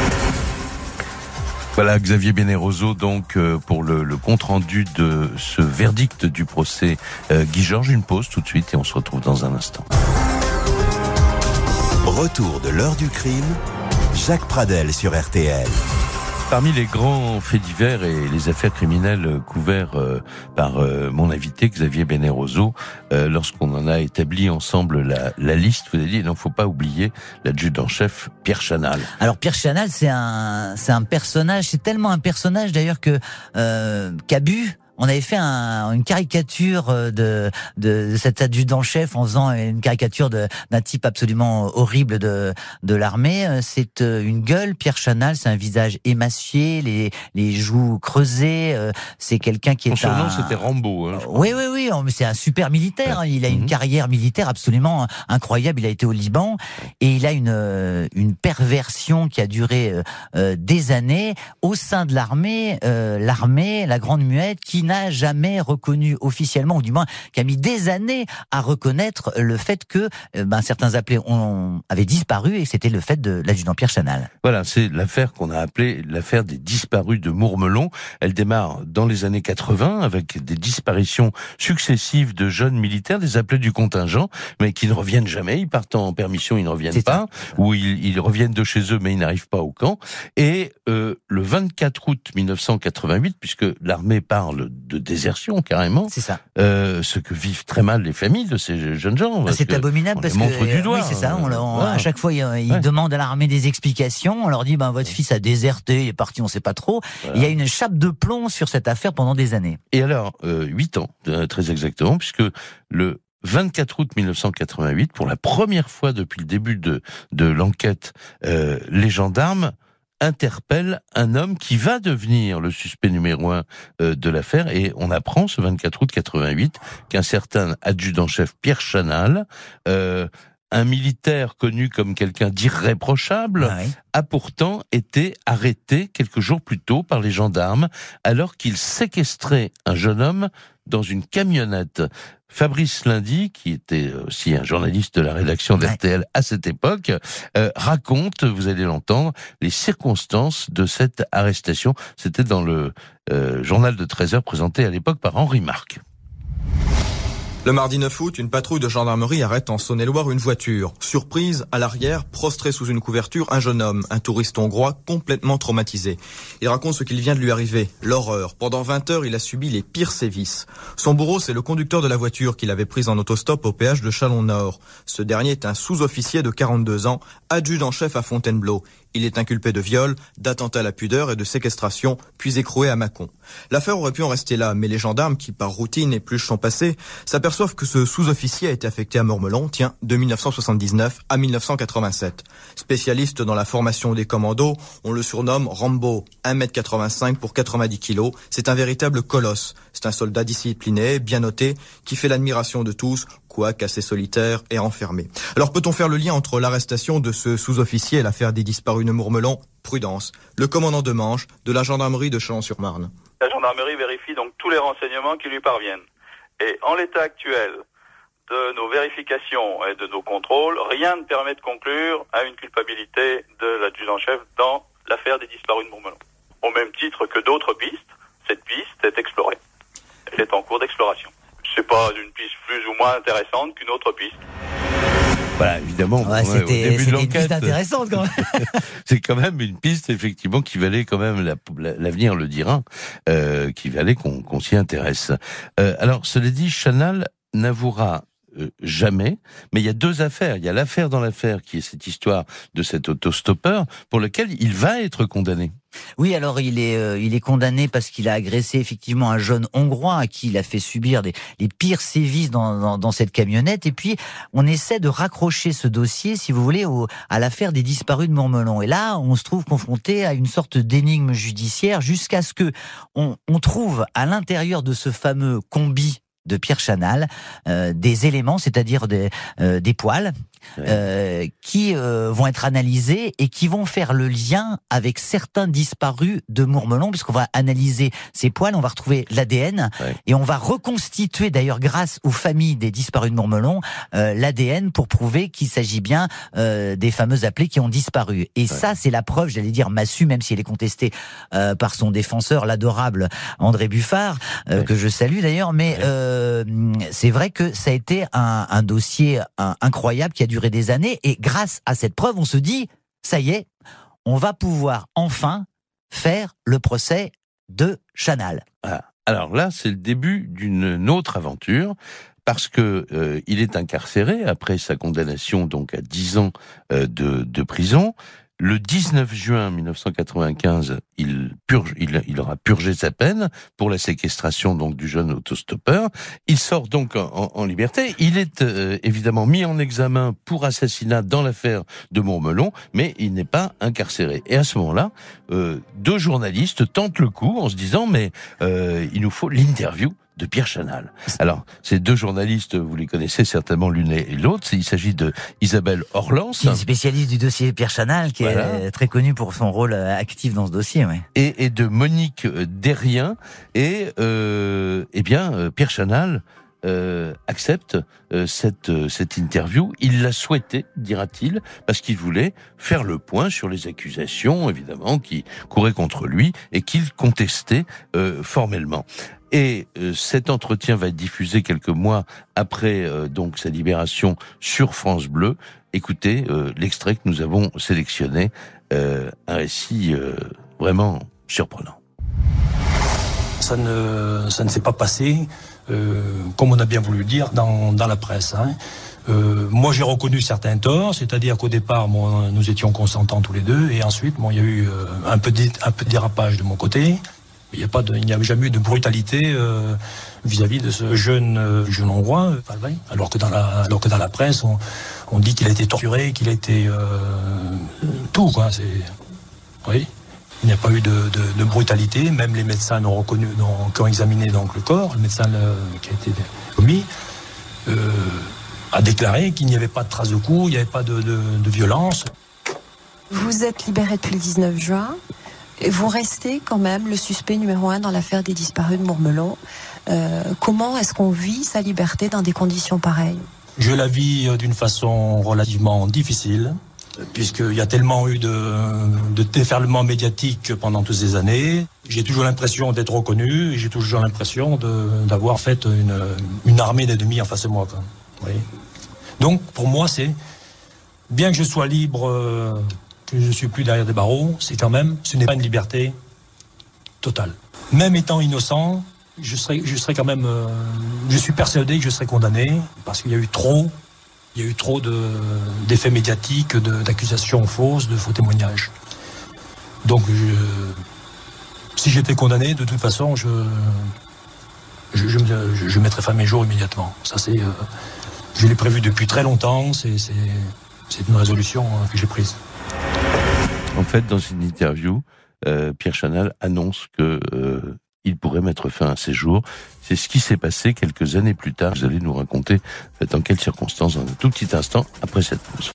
Voilà, Xavier Bénéroso, donc, euh, pour le, le compte-rendu de ce verdict du procès euh, Guy Georges. Une pause tout de suite et on se retrouve dans un instant. Retour de l'heure du crime, Jacques Pradel sur R T L. Parmi les grands faits divers et les affaires criminelles couverts euh, par euh, mon invité Xavier Bénéroso, euh, lorsqu'on en a établi ensemble la, la liste, vous avez dit, il n'en faut pas oublier l'adjudant-chef Pierre Chanal. Alors Pierre Chanal, c'est un, c'est un personnage, c'est tellement un personnage d'ailleurs que euh, Cabu, on avait fait un, une caricature de, de, de cet adjudant-chef en faisant une caricature de, d'un type absolument horrible de, de l'armée. C'est une gueule, Pierre Chanal, c'est un visage émacié, les, les joues creusées. C'est quelqu'un qui est Son surnom, un... c'était Rambo. Hein, oui, oui, oui, mais c'est un super militaire. Il a une mmh. carrière militaire absolument incroyable. Il a été au Liban et il a une, une perversion qui a duré euh, des années au sein de l'armée. Euh, l'armée, la Grande Muette, qui n'a jamais reconnu officiellement, ou du moins qui a mis des années à reconnaître le fait que ben, certains appelés ont, avaient disparu, et c'était le fait de l'adjudant Pierre Chanal. Voilà, c'est l'affaire qu'on a appelée l'affaire des disparus de Mourmelon. Elle démarre dans les années quatre-vingts avec des disparitions successives de jeunes militaires, des appelés du contingent, mais qui ne reviennent jamais. Ils partent en permission, ils ne reviennent c'est pas, ça. Ou ils, ils reviennent de chez eux, mais ils n'arrivent pas au camp. Et euh, le vingt-quatre août mille neuf cent quatre-vingt-huit, puisque l'armée parle de désertion carrément. C'est ça. Euh, ce que vivent très mal les familles de ces jeunes gens. C'est abominable parce que montre du doigt. Oui, c'est ça. On, on, ouais. À chaque fois, ils, ils ouais. demandent à l'armée des explications. On leur dit, ben votre fils a déserté, il est parti, on sait pas trop. Voilà. Il y a une chape de plomb sur cette affaire pendant des années. Et alors, euh, huit ans, très exactement, puisque le vingt-quatre août mille neuf cent quatre-vingt-huit, pour la première fois depuis le début de de l'enquête, euh, les gendarmes interpelle un homme qui va devenir le suspect numéro un euh, de l'affaire, et on apprend ce vingt-quatre août quatre-vingt-huit qu'un certain adjudant-chef Pierre Chanal, euh, un militaire connu comme quelqu'un d'irréprochable, oui. a pourtant été arrêté quelques jours plus tôt par les gendarmes alors qu'il séquestrait un jeune homme dans une camionnette. Fabrice Lundy, qui était aussi un journaliste de la rédaction d'R T L à cette époque, euh, raconte, vous allez l'entendre, les circonstances de cette arrestation. C'était dans le euh, journal de treize heures présenté à l'époque par Henri Marc. Le mardi neuf août, une patrouille de gendarmerie arrête en Saône-et-Loire une voiture. Surprise, à l'arrière, prostré sous une couverture, un jeune homme, un touriste hongrois complètement traumatisé. Il raconte ce qu'il vient de lui arriver, l'horreur. Pendant vingt heures, il a subi les pires sévices. Son bourreau, c'est le conducteur de la voiture qu'il avait prise en autostop au péage de Châlons-Nord. Ce dernier est un sous-officier de quarante-deux ans, adjudant-chef à Fontainebleau. Il est inculpé de viol, d'attentat à la pudeur et de séquestration, puis écroué à Mâcon. L'affaire aurait pu en rester là, mais les gendarmes, qui par routine épluchent son passé, s'aperçoivent que ce sous-officier a été affecté à Mormelon, tiens, de mille neuf cent soixante-dix-neuf à mille neuf cent quatre-vingt-sept. Spécialiste dans la formation des commandos, on le surnomme Rambo, un mètre quatre-vingt-cinq pour quatre-vingt-dix kilos. C'est un véritable colosse. C'est un soldat discipliné, bien noté, qui fait l'admiration de tous, quoique assez solitaire et enfermé. Alors peut-on faire le lien entre l'arrestation de ce sous-officier et l'affaire des disparus de Mormelon? Prudence. Le commandant de Manche de la gendarmerie de Chalon-sur-Marne. La gendarmerie vérifie donc tous les renseignements qui lui parviennent. Et en l'état actuel de nos vérifications et de nos contrôles, rien ne permet de conclure à une culpabilité de l'adjudant-chef dans l'affaire des disparus de Mormelon. Au même titre que d'autres pistes, cette piste est explorée. Elle est en cours d'exploration. C'est pas une piste plus ou moins intéressante qu'une autre piste. Voilà, évidemment. Ouais, ouais, c'était, au début de c'était une l'enquête, piste intéressante quand même. c'est quand même une piste effectivement qui valait quand même, la, la, l'avenir le dira, euh, qui valait qu'on, qu'on s'y intéresse. Euh, alors, cela dit, Chanal n'avouera euh, jamais, mais il y a deux affaires. Il y a l'affaire dans l'affaire qui est cette histoire de cet autostoppeur pour lequel il va être condamné. Oui, alors il est euh, il est condamné parce qu'il a agressé effectivement un jeune Hongrois à qui il a fait subir des, les pires sévices dans, dans, dans cette camionnette. Et puis on essaie de raccrocher ce dossier, si vous voulez, au, à l'affaire des disparus de Mormelon. Et là, on se trouve confronté à une sorte d'énigme judiciaire jusqu'à ce que on, on trouve à l'intérieur de ce fameux combi de Pierre Chanal euh, des éléments, c'est-à-dire des, euh, des poils, ouais. euh, qui euh, vont être analysés et qui vont faire le lien avec certains disparus de Mormelon, puisqu'on va analyser ces poils, on va retrouver l'A D N, ouais. et on va reconstituer, d'ailleurs grâce aux familles des disparus de Mormelon, euh, l'A D N pour prouver qu'il s'agit bien euh, des fameux appelés qui ont disparu. Et ouais. ça, c'est la preuve, j'allais dire massue, même si elle est contestée euh, par son défenseur, l'adorable André Buffard, euh, ouais. que je salue d'ailleurs, mais... Ouais. Euh, Euh, c'est vrai que ça a été un, un dossier un, incroyable qui a duré des années et grâce à cette preuve, on se dit, ça y est, on va pouvoir enfin faire le procès de Chanal. Ah, alors là, c'est le début d'une autre aventure. Parce que euh, il est incarcéré après sa condamnation donc à dix ans euh, de, de prison. Le dix-neuf juin mille neuf cent quatre-vingt-quinze, il purge, il, il aura purgé sa peine pour la séquestration donc du jeune autostoppeur. Il sort donc en, en liberté. Il est euh, évidemment mis en examen pour assassinat dans l'affaire de Mormelon, mais il n'est pas incarcéré. Et à ce moment-là, euh, deux journalistes tentent le coup en se disant mais euh, il nous faut l'interview de Pierre Chanal. Alors, ces deux journalistes, vous les connaissez certainement l'une et l'autre. Il s'agit de Isabelle Orlans, une spécialiste du dossier Pierre Chanal, qui voilà. est très connue pour son rôle actif dans ce dossier. Ouais. Et, et de Monique Derrien. Et euh, eh bien, Pierre Chanal euh, accepte euh, cette euh, cette interview. Il l'a souhaité, dira-t-il, parce qu'il voulait faire le point sur les accusations, évidemment, qui couraient contre lui et qu'il contestait euh, formellement. Et euh, cet entretien va être diffusé quelques mois après euh, donc sa libération sur France Bleu. Écoutez euh, l'extrait que nous avons sélectionné, euh, un récit euh, vraiment surprenant. Ça ne ça ne s'est pas passé euh, comme on a bien voulu le dire dans dans la presse. Hein. Euh, moi, j'ai reconnu certains torts, c'est-à-dire qu'au départ, bon, nous étions consentants tous les deux, et ensuite, bon, il y a eu euh, un peu de, un peu de dérapage de mon côté. Il n'y a pas de, il n'y a jamais eu de brutalité euh, vis-à-vis de ce jeune euh, jeune Hongrois, euh, alors que dans la alors que dans la presse on, on dit qu'il a été torturé, qu'il a été euh, tout quoi. C'est oui, il n'y a pas eu de, de, de brutalité. Même les médecins ont reconnu, ont, qui ont examiné donc le corps, le médecin le, qui a été commis euh, a déclaré qu'il n'y avait pas de traces de coups, il n'y avait pas de, de, de violence. Vous êtes libéré depuis le dix-neuf juin. Et vous restez quand même le suspect numéro un dans l'affaire des disparus de Mormelon. Euh, comment est-ce qu'on vit sa liberté dans des conditions pareilles ? Je la vis d'une façon relativement difficile. puisqu'il y a tellement eu de, de déferlement médiatique pendant toutes ces années. J'ai toujours l'impression d'être reconnu, et j'ai toujours l'impression de, d'avoir fait une, une armée d'ennemis en face de moi. Quoi. Oui. Donc, pour moi, c'est, bien que je sois libre, euh, que je ne suis plus derrière des barreaux, c'est quand même, ce n'est pas une liberté totale. Même étant innocent, je serais, je serais quand même, euh, je suis persuadé que je serais condamné, parce qu'il y a eu trop, il y a eu trop de, d'effets médiatiques, de, d'accusations fausses, de faux témoignages. Donc, je, si j'étais condamné, de toute façon, je, je, je, je, je mettrais fin à mes jours immédiatement. Ça, c'est, euh, je l'ai prévu depuis très longtemps, c'est, c'est, c'est une résolution que j'ai prise. En fait, dans une interview, euh, Pierre Chanal annonce que euh, il pourrait mettre fin à ses jours. C'est ce qui s'est passé quelques années plus tard. Vous allez nous raconter, en fait, dans quelles circonstances, dans un tout petit instant, après cette pause.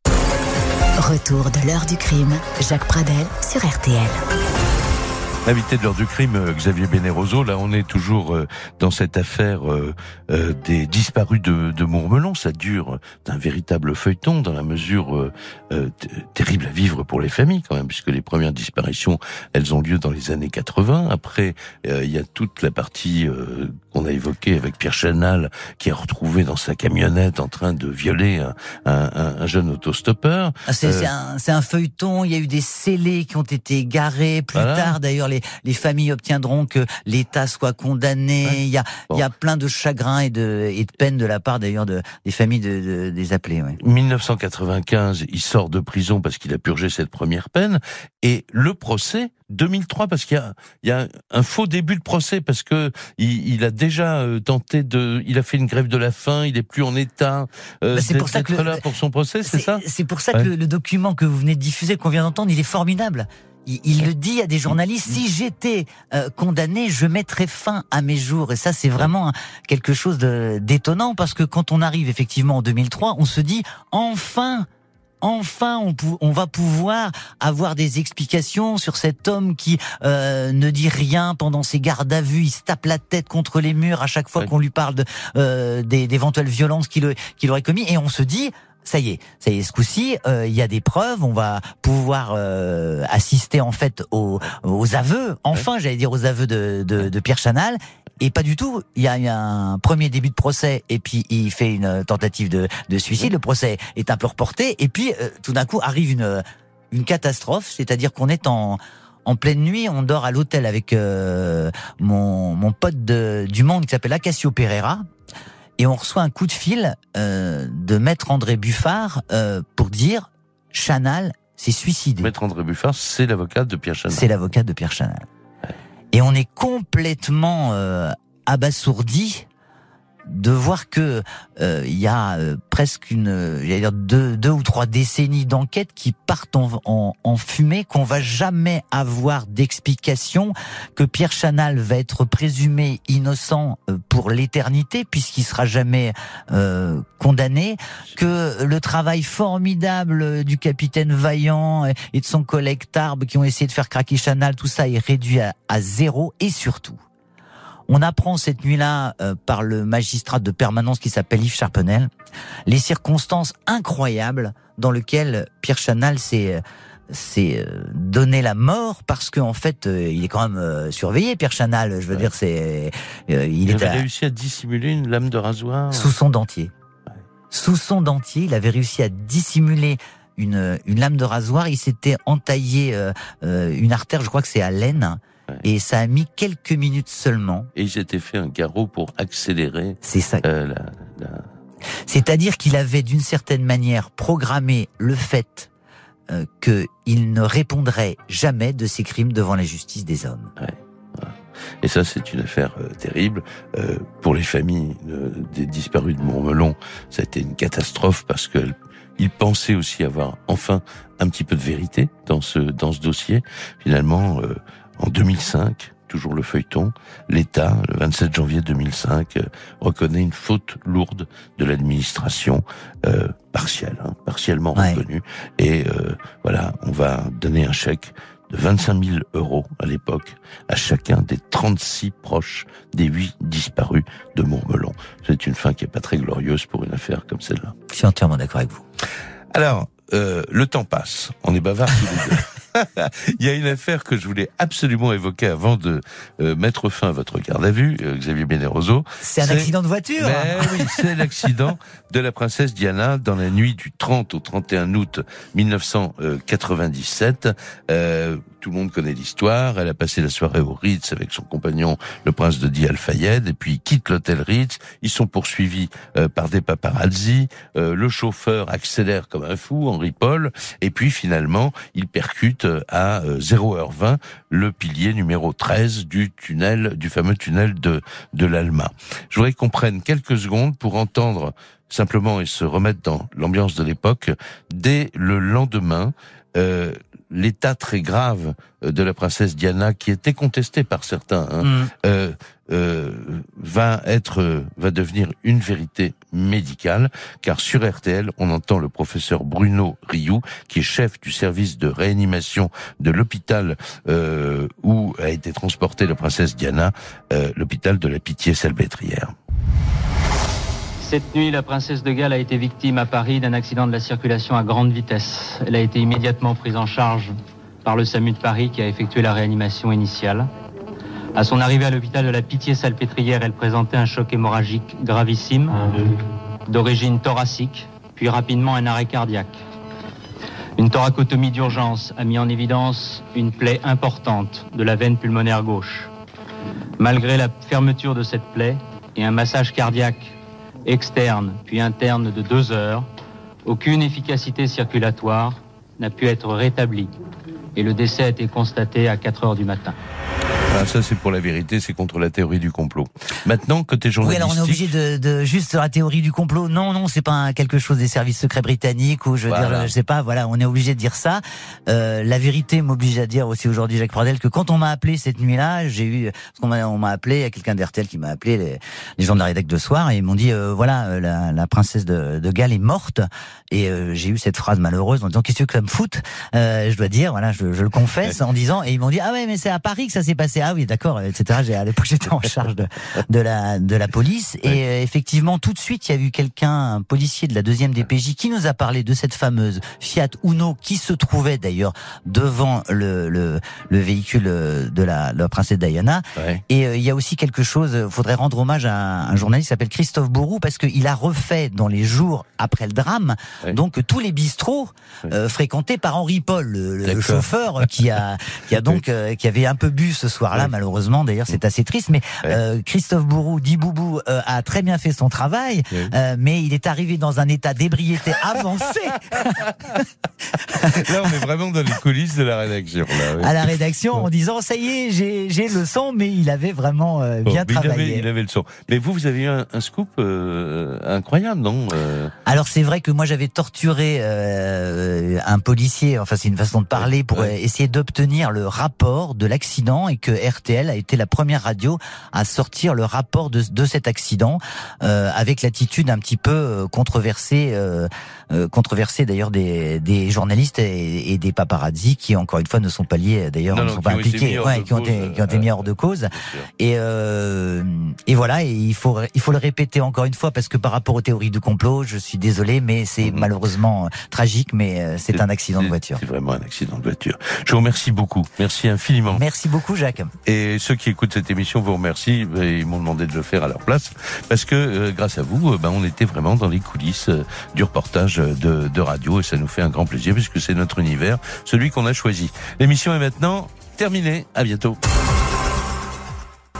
Retour de l'heure du crime, Jacques Pradel sur R T L. L'invité de l'heure du crime, Xavier Bénéroso. Là, on est toujours dans cette affaire euh, euh, des disparus de, de Mourmelon. Ça dure d'un véritable feuilleton, dans la mesure euh, euh, t- terrible à vivre pour les familles quand même, puisque les premières disparitions, elles ont lieu dans les années quatre-vingts. Après, euh, il y a toute la partie euh, qu'on a évoquée avec Pierre Chanal, qui est retrouvé dans sa camionnette en train de violer un, un, un jeune autostoppeur. Ah, c'est, euh, c'est, un, c'est un feuilleton. Il y a eu des scellés qui ont été garés. Plus voilà. tard, d'ailleurs, les, les familles obtiendront que l'État soit condamné. Ouais. Il y a, bon. il y a plein de chagrin et de, et de peine de la part, d'ailleurs, de, des familles de, de, des appelés. Ouais. dix-neuf cent quatre-vingt-quinze, il sort de prison parce qu'il a purgé cette première peine. Et le procès, deux mille trois, parce qu'il y a, il y a un faux début de procès, parce que il, il a déjà euh, tenté de, il a fait une grève de la faim, il est plus en état euh, bah c'est pour ça que le, là pour son procès, c'est, c'est ça. C'est pour ça ouais. que le, le document que vous venez de diffuser, qu'on vient d'entendre, il est formidable. Il, il le dit à des journalistes, si j'étais euh, condamné, je mettrais fin à mes jours. Et ça, c'est vraiment quelque chose de, d'étonnant, parce que quand on arrive effectivement en deux mille trois, on se dit, enfin, enfin, on, pou- on va pouvoir avoir des explications sur cet homme qui euh, ne dit rien pendant ses gardes à vue. Il se tape la tête contre les murs à chaque fois ouais. qu'on lui parle de, euh, des, d'éventuelles violences qu'il, qu'il aurait commis. Et on se dit... Ça y est, ça y est, ce coup-ci, il euh, y a des preuves, on va pouvoir euh, assister en fait aux, aux aveux, enfin, ouais. j'allais dire aux aveux de, de, de Pierre Chanal, et pas du tout. Il y a, y a un premier début de procès, et puis il fait une tentative de, de suicide, le procès est un peu reporté, et puis euh, tout d'un coup arrive une, une catastrophe, c'est-à-dire qu'on est en... En pleine nuit, on dort à l'hôtel avec euh, mon, mon pote de, du Monde qui s'appelle Acacio Pereira. Et on reçoit un coup de fil euh, de Maître André Buffard euh, pour dire Chanal s'est suicidé. Maître André Buffard, c'est l'avocat de Pierre Chanal. C'est l'avocat de Pierre Chanal. Ouais. Et on est complètement euh, abasourdi de voir que euh, il y a euh, presque une, j'allais dire deux, deux ou trois décennies d'enquête qui partent en, en, en fumée, qu'on va jamais avoir d'explication, que Pierre Chanal va être présumé innocent pour l'éternité puisqu'il sera jamais euh, condamné, que le travail formidable du capitaine Vaillant et de son collègue Tarbes qui ont essayé de faire craquer Chanal, tout ça est réduit à, à zéro, et surtout on apprend cette nuit-là euh, par le magistrat de permanence qui s'appelle Yves Charpenel les circonstances incroyables dans lesquelles Pierre Chanal s'est, s'est donné la mort, parce qu'en fait euh, il est quand même euh, surveillé, Pierre Chanal. Je veux ouais. dire, c'est euh, il, il est avait à... réussi à dissimuler une lame de rasoir sous son dentier. Ouais. Sous son dentier, il avait réussi à dissimuler une une lame de rasoir. Il s'était entaillé euh, euh, une artère, je crois que c'est à l'aine. Ouais. Et ça a mis quelques minutes seulement. Et il s'était fait un garrot pour accélérer. C'est ça. Euh, la, la... C'est-à-dire qu'il avait d'une certaine manière programmé le fait euh, qu'il ne répondrait jamais de ses crimes devant la justice des hommes. Ouais. Ouais. Et ça, c'est une affaire euh, terrible. Euh, pour les familles euh, des disparus de Mourmelon, ça a été une catastrophe, parce que ils pensaient aussi avoir enfin un petit peu de vérité dans ce dans ce dossier. Finalement, euh, en deux mille cinq, toujours le feuilleton, l'État, le vingt-sept janvier deux mille cinq, euh, reconnaît une faute lourde de l'administration, euh, partielle, hein, partiellement ouais. reconnue. Et euh, voilà, on va donner un chèque de vingt-cinq mille euros à l'époque à chacun des trente-six proches des huit disparus de Mourmelon. C'est une fin qui est pas très glorieuse pour une affaire comme celle-là. Je suis entièrement d'accord avec vous. Alors, euh, le temps passe. On est bavards tous les deux. Il y a une affaire que je voulais absolument évoquer avant de euh, mettre fin à votre garde à vue, euh, Xavier Bénéroso. C'est un accident de voiture. Mais oui, c'est l'accident de la princesse Diana dans la nuit du trente au trente et un août mille neuf cent quatre-vingt-dix-sept. Euh, tout le monde connaît l'histoire. Elle a passé la soirée au Ritz avec son compagnon, le prince de Di Al Fayed, et puis ils quittent l'hôtel Ritz. Ils sont poursuivis euh, par des paparazzi. Euh, le chauffeur accélère comme un fou, Henri Paul, et puis finalement, il percute à zéro heure vingt le pilier numéro treize du tunnel, du fameux tunnel de, de l'Alma. Je voudrais qu'on prenne quelques secondes pour entendre simplement et se remettre dans l'ambiance de l'époque. Dès le lendemain, euh, l'état très grave de la princesse Diana, qui était contesté par certains, hein, mmh. euh, euh, va être, va devenir une vérité médicale, car sur R T L, on entend le professeur Bruno Rioux, qui est chef du service de réanimation de l'hôpital euh, où a été transportée la princesse Diana, euh, l'hôpital de la Pitié-Salpêtrière. Cette nuit, la princesse de Galles a été victime à Paris d'un accident de la circulation à grande vitesse. Elle a été immédiatement prise en charge par le SAMU de Paris qui a effectué la réanimation initiale. À son arrivée à l'hôpital de la Pitié-Salpêtrière, elle présentait un choc hémorragique gravissime, d'origine thoracique, puis rapidement un arrêt cardiaque. Une thoracotomie d'urgence a mis en évidence une plaie importante de la veine pulmonaire gauche. Malgré la fermeture de cette plaie et un massage cardiaque externe puis interne de deux heures, aucune efficacité circulatoire n'a pu être rétablie et le décès a été constaté à quatre heures du matin. Ah, ça c'est pour la vérité, c'est contre la théorie du complot. Maintenant, côté journalistique... Oui, alors on est obligé de, de juste sur la théorie du complot. Non, non, c'est pas un, quelque chose des services secrets britanniques ou je veux voilà. dire, je sais pas, voilà, on est obligé de dire ça. Euh, la vérité m'oblige à dire aussi aujourd'hui, Jacques Pradel, que quand on m'a appelé cette nuit-là, j'ai eu, parce qu'on m'a, on m'a appelé, il y a quelqu'un d'R T L qui m'a appelé, les, les gens de la rédac de soir, et ils m'ont dit, euh, voilà, la, la princesse de, de Galles est morte, et euh, j'ai eu cette phrase malheureuse en disant, qu'est-ce que ça me fout, euh, je dois dire, voilà, je, je le confesse, en disant, et ils m'ont dit, ah ouais, mais c'est à Paris que ça s'est passé. Ah oui, d'accord, et cetera. J'ai, à l'époque, j'étais en charge de, de la, de la police. Et euh, effectivement, tout de suite, il y a eu quelqu'un, un policier de la deuxième D P J, qui nous a parlé de cette fameuse Fiat Uno, qui se trouvait d'ailleurs devant le, le, le véhicule de la, de la princesse Diana. Ouais. Et euh, il y a aussi quelque chose, il faudrait rendre hommage à un, un journaliste qui s'appelle Christophe Bourou, parce qu'il a refait dans les jours après le drame, ouais. donc tous les bistrots euh, fréquentés par Henri Paul, le, le chauffeur qui a, qui a donc, euh, qui avait un peu bu ce soir-là, ouais. malheureusement. D'ailleurs, c'est assez triste, mais euh, Christophe Bourou, dit Boubou, euh, a très bien fait son travail, oui. euh, mais il est arrivé dans un état d'ébriété avancé. Là, on est vraiment dans les coulisses de la rédaction. Là, oui. À la rédaction, en disant, ça y est, j'ai, j'ai le son, mais il avait vraiment euh, bien bon, travaillé. Il avait, il avait le son. Mais vous, vous avez eu un, un scoop euh, incroyable, non euh... Alors, c'est vrai que moi, j'avais torturé euh, un policier, enfin, c'est une façon de parler, pour ouais. essayer d'obtenir le rapport de l'accident, et que R T L a été la première radio à sortir le rapport de, de cet accident, euh, avec l'attitude un petit peu controversée, euh, euh, controversée d'ailleurs des, des journalistes et, et des paparazzi qui, encore une fois, ne sont pas liés, d'ailleurs, non, ne sont non, pas impliqués, ouais, qui ont été, qui ont été mis hors de cause. Et, euh, et voilà, et il faut, il faut le répéter encore une fois, parce que par rapport aux théories du complot, je suis désolé, mais c'est mmh. malheureusement tragique, mais c'est, c'est un accident c'est, de voiture. C'est vraiment un accident de voiture. Je vous remercie beaucoup. Merci infiniment. Merci beaucoup, Jacques. Et ceux qui écoutent cette émission vous remercient, ils m'ont demandé de le faire à leur place, parce que euh, grâce à vous, euh, ben, on était vraiment dans les coulisses euh, du reportage de, de radio, et ça nous fait un grand plaisir, puisque c'est notre univers, celui qu'on a choisi. L'émission est maintenant terminée, à bientôt.